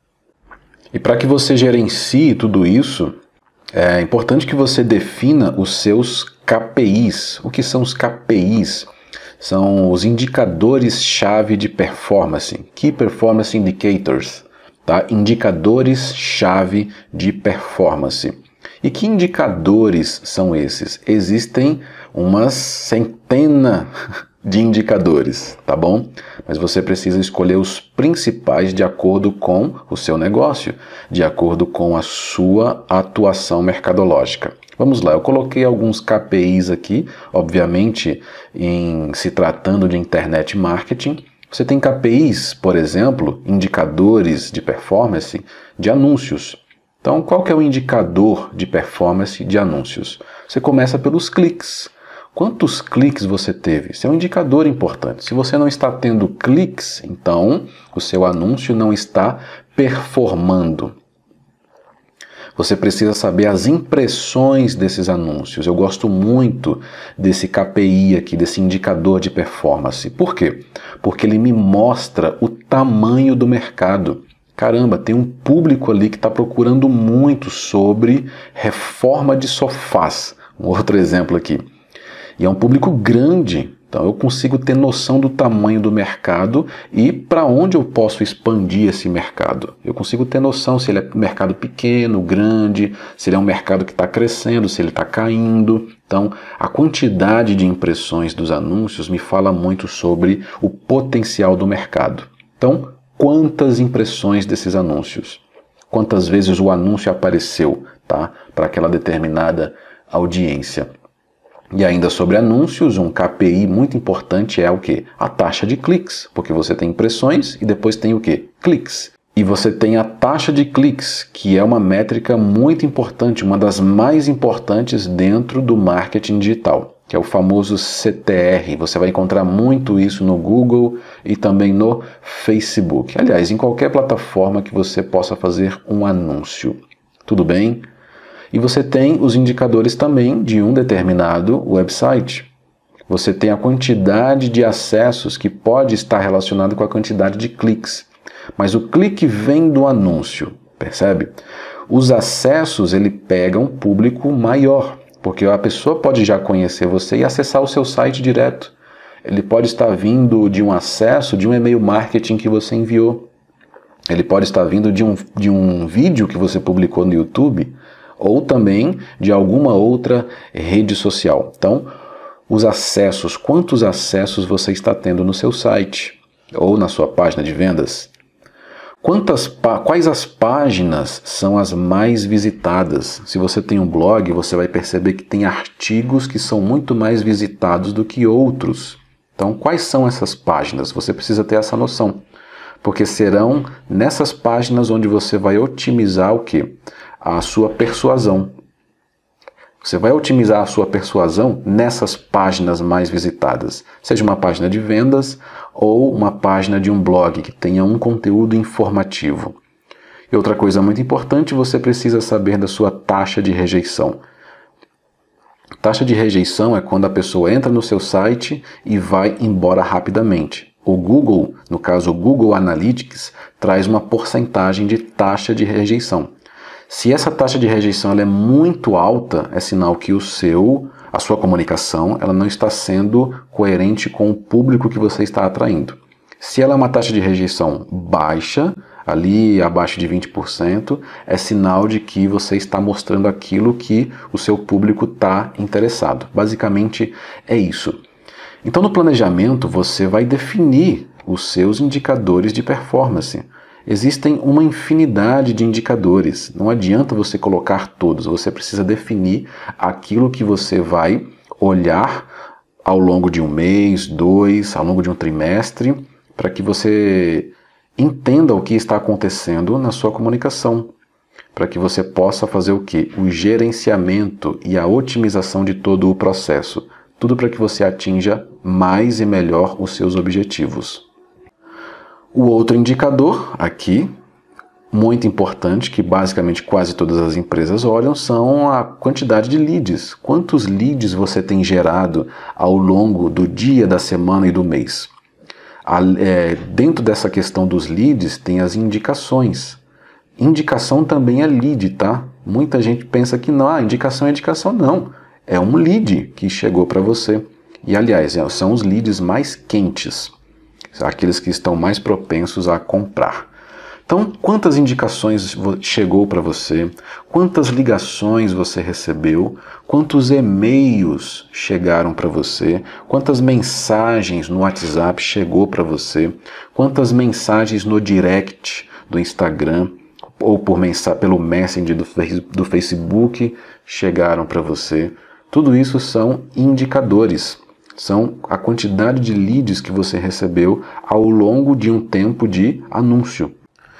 E para que você gerencie tudo isso, é importante que você defina os seus KPIs. O que são os KPIs? São os indicadores-chave de performance, Key Performance Indicators, tá? Indicadores-chave de performance. E que indicadores são esses? Existem umas centena de indicadores, tá bom? Mas você precisa escolher os principais de acordo com o seu negócio, de acordo com a sua atuação mercadológica. Vamos lá, eu coloquei alguns KPIs aqui, obviamente, em se tratando de internet marketing. Você tem KPIs, por exemplo, indicadores de performance de anúncios. Então, qual que é o indicador de performance de anúncios? Você começa pelos cliques. Quantos cliques você teve? Isso é um indicador importante. Se você não está tendo cliques, então o seu anúncio não está performando. Você precisa saber as impressões desses anúncios. Eu gosto muito desse KPI aqui, desse indicador de performance. Por quê? Porque ele me mostra o tamanho do mercado. Caramba, tem um público ali que está procurando muito sobre reforma de sofás. Um outro exemplo aqui. E é um público grande, então eu consigo ter noção do tamanho do mercado e para onde eu posso expandir esse mercado. Eu consigo ter noção se ele é um mercado pequeno, grande, se ele é um mercado que está crescendo, se ele está caindo. Então, a quantidade de impressões dos anúncios me fala muito sobre o potencial do mercado. Então, quantas impressões desses anúncios? Quantas vezes o anúncio apareceu, tá? Para aquela determinada audiência. E ainda sobre anúncios, um KPI muito importante é o quê? A taxa de cliques, porque você tem impressões e depois tem o quê? Cliques. E você tem a taxa de cliques, que é uma métrica muito importante, uma das mais importantes dentro do marketing digital, que é o famoso CTR. Você vai encontrar muito isso no Google e também no Facebook. Aliás, em qualquer plataforma que você possa fazer um anúncio. Tudo bem? E você tem os indicadores também de um determinado website. Você tem a quantidade de acessos que pode estar relacionado com a quantidade de cliques. mas o clique vem do anúncio, percebe? Os acessos, ele pega um público maior, porque a pessoa pode já conhecer você e acessar o seu site direto. Ele pode estar vindo de um acesso de um e-mail marketing que você enviou. Ele pode estar vindo de um vídeo que você publicou no YouTube, ou também de alguma outra rede social. Então, os acessos, quantos acessos você está tendo no seu site ou na sua página de vendas? Quais as páginas são as mais visitadas? Se você tem um blog, você vai perceber que tem artigos que são muito mais visitados do que outros. Então, quais são essas páginas? Você precisa ter essa noção, porque serão nessas páginas onde você vai otimizar o quê? A sua persuasão. Você vai otimizar a sua persuasão nessas páginas mais visitadas, seja uma página de vendas ou uma página de um blog que tenha um conteúdo informativo. E outra coisa muito importante, você precisa saber da sua taxa de rejeição. Taxa de rejeição é quando a pessoa entra no seu site e vai embora rapidamente. O Google, no caso o Google Analytics, traz uma porcentagem de taxa de rejeição. Se essa taxa de rejeição ela é muito alta, é sinal que a sua comunicação ela não está sendo coerente com o público que você está atraindo. Se ela é uma taxa de rejeição baixa, ali abaixo de 20%, é sinal de que você está mostrando aquilo que o seu público está interessado. Basicamente é isso. Então no planejamento você vai definir os seus indicadores de performance. Existem uma infinidade de indicadores, não adianta você colocar todos, você precisa definir aquilo que você vai olhar ao longo de um mês, 2, ao longo de um trimestre, para que você entenda o que está acontecendo na sua comunicação, para que você possa fazer o quê? O gerenciamento e a otimização de todo o processo, tudo para que você atinja mais e melhor os seus objetivos. O outro indicador aqui, muito importante, que basicamente quase todas as empresas olham, são a quantidade de leads. Quantos leads você tem gerado ao longo do dia, da semana e do mês? Dentro dessa questão dos leads tem as indicações. Indicação também é lead, tá? Muita gente pensa que não, indicação é indicação. Não, é um lead que chegou para você. E aliás, são os leads mais quentes, aqueles que estão mais propensos a comprar. Então, quantas indicações chegou para você? Quantas ligações você recebeu? Quantos e-mails chegaram para você? Quantas mensagens no WhatsApp chegou para você? Quantas mensagens no direct do Instagram ou pelo Messenger do Facebook chegaram para você? Tudo isso são indicadores. São a quantidade de leads que você recebeu ao longo de um tempo de anúncio.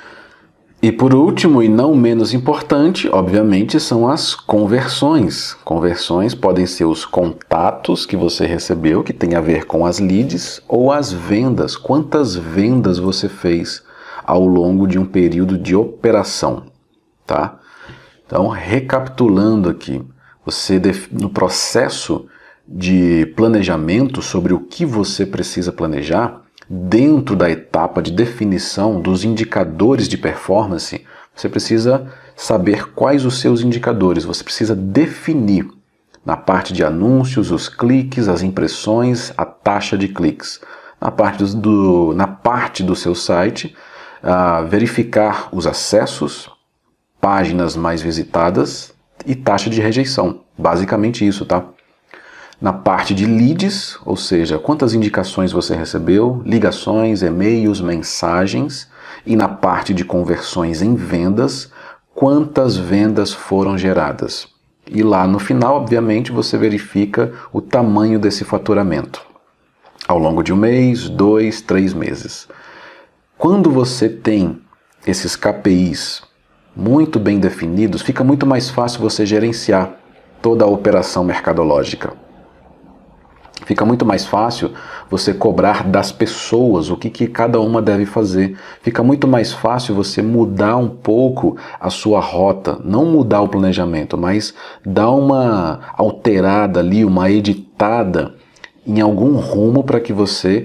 E por último, e não menos importante, obviamente, são as conversões. Conversões podem ser os contatos que você recebeu, que tem a ver com as leads, ou as vendas. Quantas vendas você fez ao longo de um período de operação, tá? Então, recapitulando aqui, você no processo de planejamento sobre o que você precisa planejar, dentro da etapa de definição dos indicadores de performance, você precisa saber quais os seus indicadores, você precisa definir na parte de anúncios, os cliques, as impressões, a taxa de cliques. Na parte do seu site, verificar os acessos, páginas mais visitadas e taxa de rejeição. Basicamente isso, tá? Na parte de leads, ou seja, quantas indicações você recebeu, ligações, e-mails, mensagens. E na parte de conversões em vendas, quantas vendas foram geradas. E lá no final, obviamente, você verifica o tamanho desse faturamento. Ao longo de um mês, 2, 3 meses. Quando você tem esses KPIs muito bem definidos, fica muito mais fácil você gerenciar toda a operação mercadológica. Fica muito mais fácil você cobrar das pessoas o que cada uma deve fazer. Fica muito mais fácil você mudar um pouco a sua rota. Não mudar o planejamento, mas dar uma alterada ali, uma editada em algum rumo para que você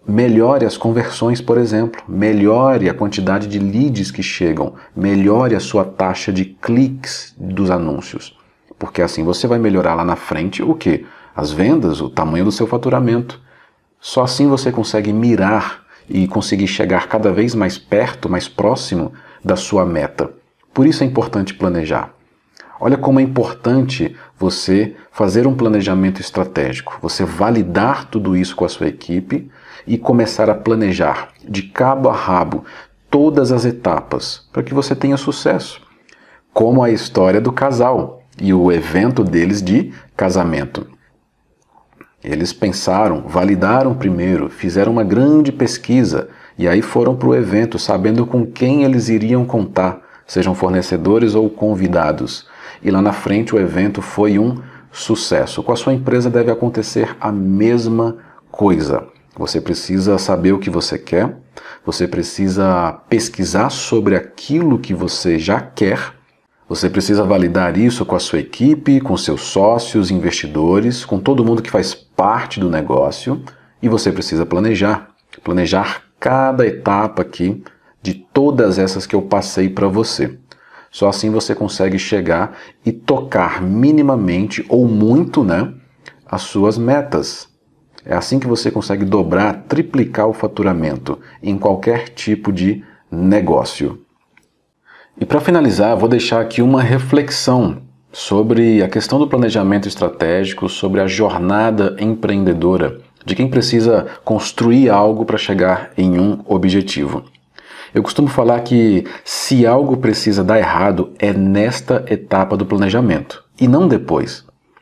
Melhore as conversões, por exemplo, melhore a quantidade de leads que chegam, melhore a sua taxa de cliques dos anúncios, porque assim você vai melhorar lá na frente o quê? As vendas, o tamanho do seu faturamento. Só assim você consegue mirar e conseguir chegar cada vez mais perto, mais próximo da sua meta. Por isso é importante planejar. Olha como é importante você fazer um planejamento estratégico, você validar tudo isso com a sua equipe e começar a planejar de cabo a rabo todas as etapas para que você tenha sucesso. Como a história do casal e o evento deles de casamento. Eles pensaram, validaram primeiro, fizeram uma grande pesquisa e aí foram para o evento sabendo com quem eles iriam contar, sejam fornecedores ou convidados. E lá na frente o evento foi um sucesso. Com a sua empresa deve acontecer a mesma coisa. Você precisa saber o que você quer, você precisa pesquisar sobre aquilo que você já quer, você precisa validar isso com a sua equipe, com seus sócios, investidores, com todo mundo que faz parte do negócio e você precisa planejar cada etapa aqui de todas essas que eu passei para você. Só assim você consegue chegar e tocar minimamente ou muito, as suas metas. É assim que você consegue dobrar, triplicar o faturamento em qualquer tipo de negócio. E para finalizar, vou deixar aqui uma reflexão sobre a questão do planejamento estratégico, sobre a jornada empreendedora, de quem precisa construir algo para chegar em um objetivo. Eu costumo falar que se algo precisa dar errado é nesta etapa do planejamento e não depois.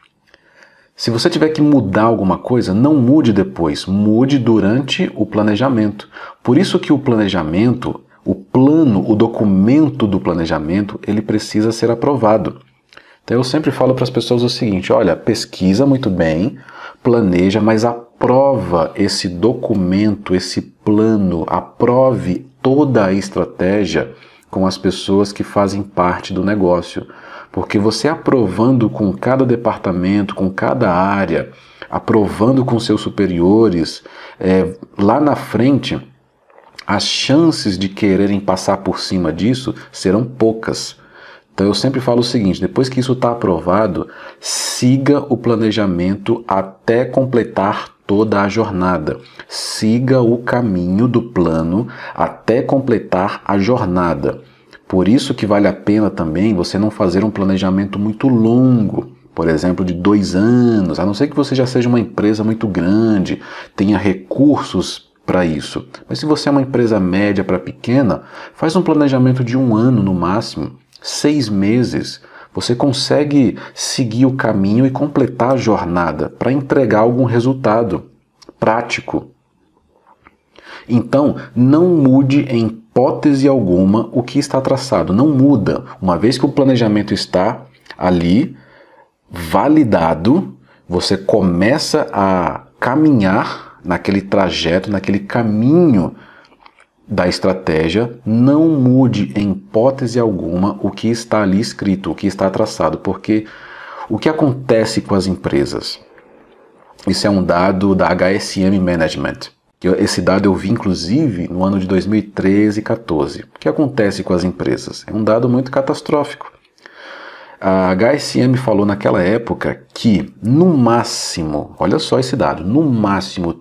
Se você tiver que mudar alguma coisa, não mude depois, mude durante o planejamento. Por isso que o planejamento, o plano, o documento do planejamento, ele precisa ser aprovado. Então eu sempre falo para as pessoas o seguinte, olha, pesquisa muito bem, planeja, mas aprova esse documento, esse plano, aprove toda a estratégia com as pessoas que fazem parte do negócio. Porque você aprovando com cada departamento, com cada área, aprovando com seus superiores, lá na frente, as chances de quererem passar por cima disso serão poucas. Então eu sempre falo o seguinte, depois que isso está aprovado, siga o planejamento até completar toda a jornada. Siga o caminho do plano até completar a jornada. Por isso que vale a pena também você não fazer um planejamento muito longo, por exemplo, de 2 anos, a não ser que você já seja uma empresa muito grande, tenha recursos para isso. Mas se você é uma empresa média para pequena, faz um planejamento de 1 ano no máximo, 6 meses. Você consegue seguir o caminho e completar a jornada para entregar algum resultado prático. Então, não mude em hipótese alguma o que está traçado. Não muda. Uma vez que o planejamento está ali, validado, você começa a caminhar naquele trajeto, naquele caminho da estratégia. Não mude em hipótese alguma o que está ali escrito, o que está traçado, porque o que acontece com as empresas? Isso é um dado da HSM Management. Esse dado eu vi, inclusive, no ano de 2013 e 2014. O que acontece com as empresas? É um dado muito catastrófico. A HSM falou naquela época que, no máximo, olha só esse dado, no máximo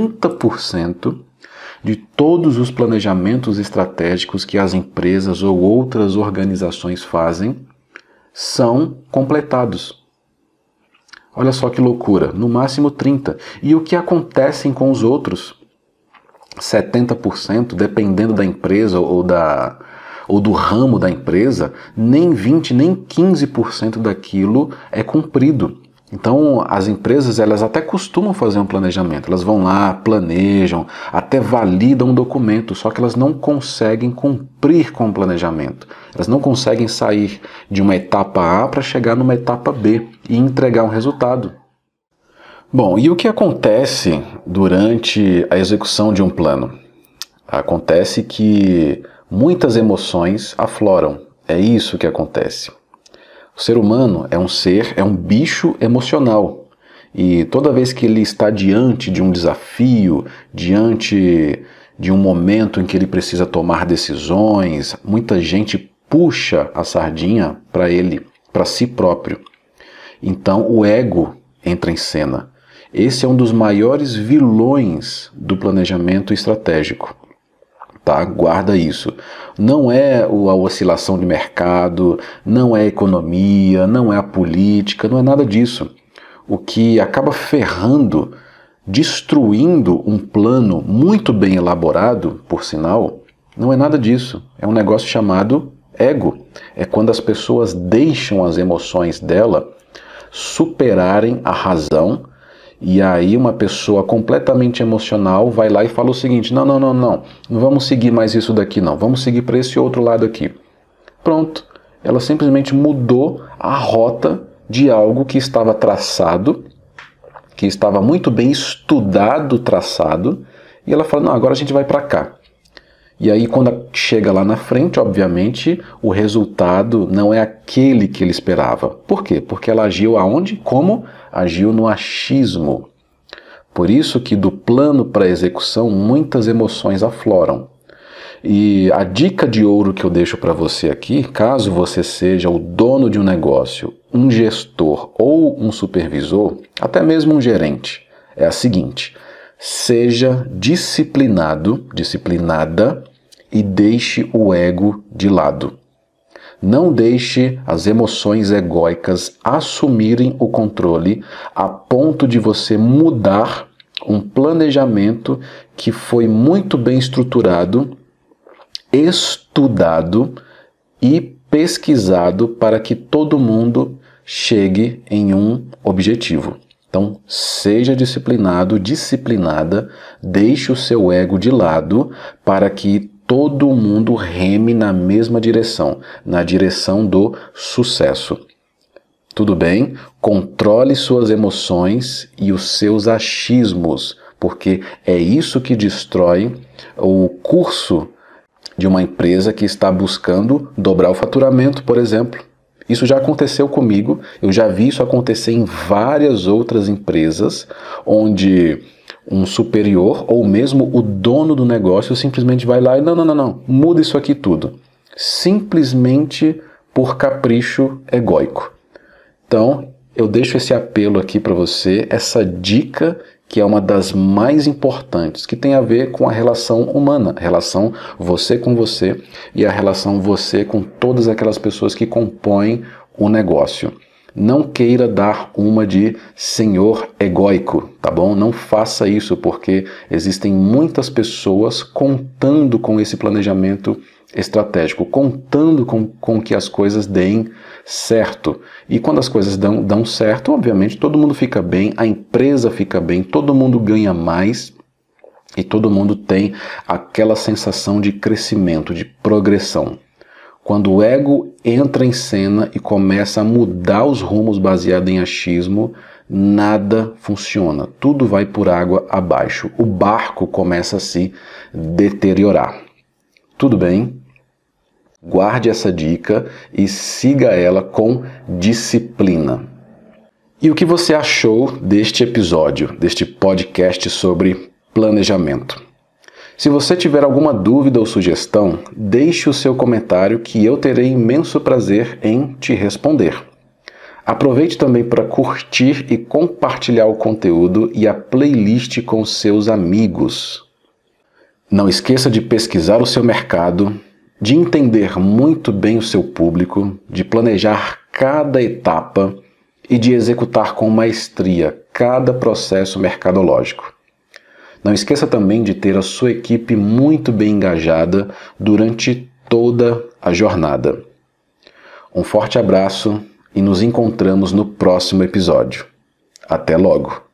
30% de todos os planejamentos estratégicos que as empresas ou outras organizações fazem são completados. Olha só que loucura, no máximo 30%. E o que acontece com os outros 70%, dependendo da empresa ou do ramo da empresa, nem 20%, nem 15% daquilo é cumprido. Então, as empresas, elas até costumam fazer um planejamento, elas vão lá, planejam, até validam um documento, só que elas não conseguem cumprir com o planejamento. Elas não conseguem sair de uma etapa A para chegar numa etapa B e entregar um resultado. Bom, e o que acontece durante a execução de um plano? Acontece que muitas emoções afloram, é isso que acontece. O ser humano é um bicho emocional E toda vez que ele está diante de um desafio, diante de um momento em que ele precisa tomar decisões, muita gente puxa a sardinha para ele, para si próprio. Então o ego entra em cena. Esse é um dos maiores vilões do planejamento estratégico. Tá? Guarda isso. Não é a oscilação de mercado, não é a economia, não é a política, não é nada disso. O que acaba ferrando, destruindo um plano muito bem elaborado, por sinal, não é nada disso. É um negócio chamado ego. É quando as pessoas deixam as emoções dela superarem a razão. E aí uma pessoa completamente emocional vai lá e fala o seguinte: não vamos seguir mais isso daqui não, vamos seguir para esse outro lado aqui. Pronto, ela simplesmente mudou a rota de algo que estava traçado, que estava muito bem estudado, traçado, e ela fala: não, agora a gente vai para cá. E aí quando chega lá na frente, obviamente, o resultado não é aquele que ele esperava. Por quê? Porque ela agiu aonde? Como? Agiu no achismo. Por isso que do plano para a execução muitas emoções afloram. E a dica de ouro que eu deixo para você aqui, caso você seja o dono de um negócio, um gestor ou um supervisor, até mesmo um gerente, é a seguinte: seja disciplinado, disciplinada, e deixe o ego de lado. Não deixe as emoções egóicas assumirem o controle a ponto de você mudar um planejamento que foi muito bem estruturado, estudado e pesquisado para que todo mundo chegue em um objetivo. Então, seja disciplinado, disciplinada, deixe o seu ego de lado para que todo mundo reme na mesma direção, na direção do sucesso. Tudo bem? Controle suas emoções e os seus achismos, porque é isso que destrói o curso de uma empresa que está buscando dobrar o faturamento, por exemplo. Isso já aconteceu comigo, eu já vi isso acontecer em várias outras empresas, onde um superior ou mesmo o dono do negócio simplesmente vai lá e não, muda isso aqui tudo. Simplesmente por capricho egóico. Então, eu deixo esse apelo aqui para você, essa dica que é uma das mais importantes, que tem a ver com a relação humana, a relação você com você e a relação você com todas aquelas pessoas que compõem o negócio. Não queira dar uma de senhor egóico, tá bom? Não faça isso, porque existem muitas pessoas contando com esse planejamento estratégico, contando com que as coisas deem certo. E quando as coisas dão certo, obviamente todo mundo fica bem, a empresa fica bem, todo mundo ganha mais e todo mundo tem aquela sensação de crescimento, de progressão. Quando o ego entra em cena e começa a mudar os rumos baseado em achismo, nada funciona. Tudo vai por água abaixo. O barco começa a se deteriorar. Tudo bem? Guarde essa dica e siga ela com disciplina. E o que você achou deste episódio, deste podcast sobre planejamento? Se você tiver alguma dúvida ou sugestão, deixe o seu comentário que eu terei imenso prazer em te responder. Aproveite também para curtir e compartilhar o conteúdo e a playlist com seus amigos. Não esqueça de pesquisar o seu mercado, de entender muito bem o seu público, de planejar cada etapa e de executar com maestria cada processo mercadológico. Não esqueça também de ter a sua equipe muito bem engajada durante toda a jornada. Um forte abraço e nos encontramos no próximo episódio. Até logo!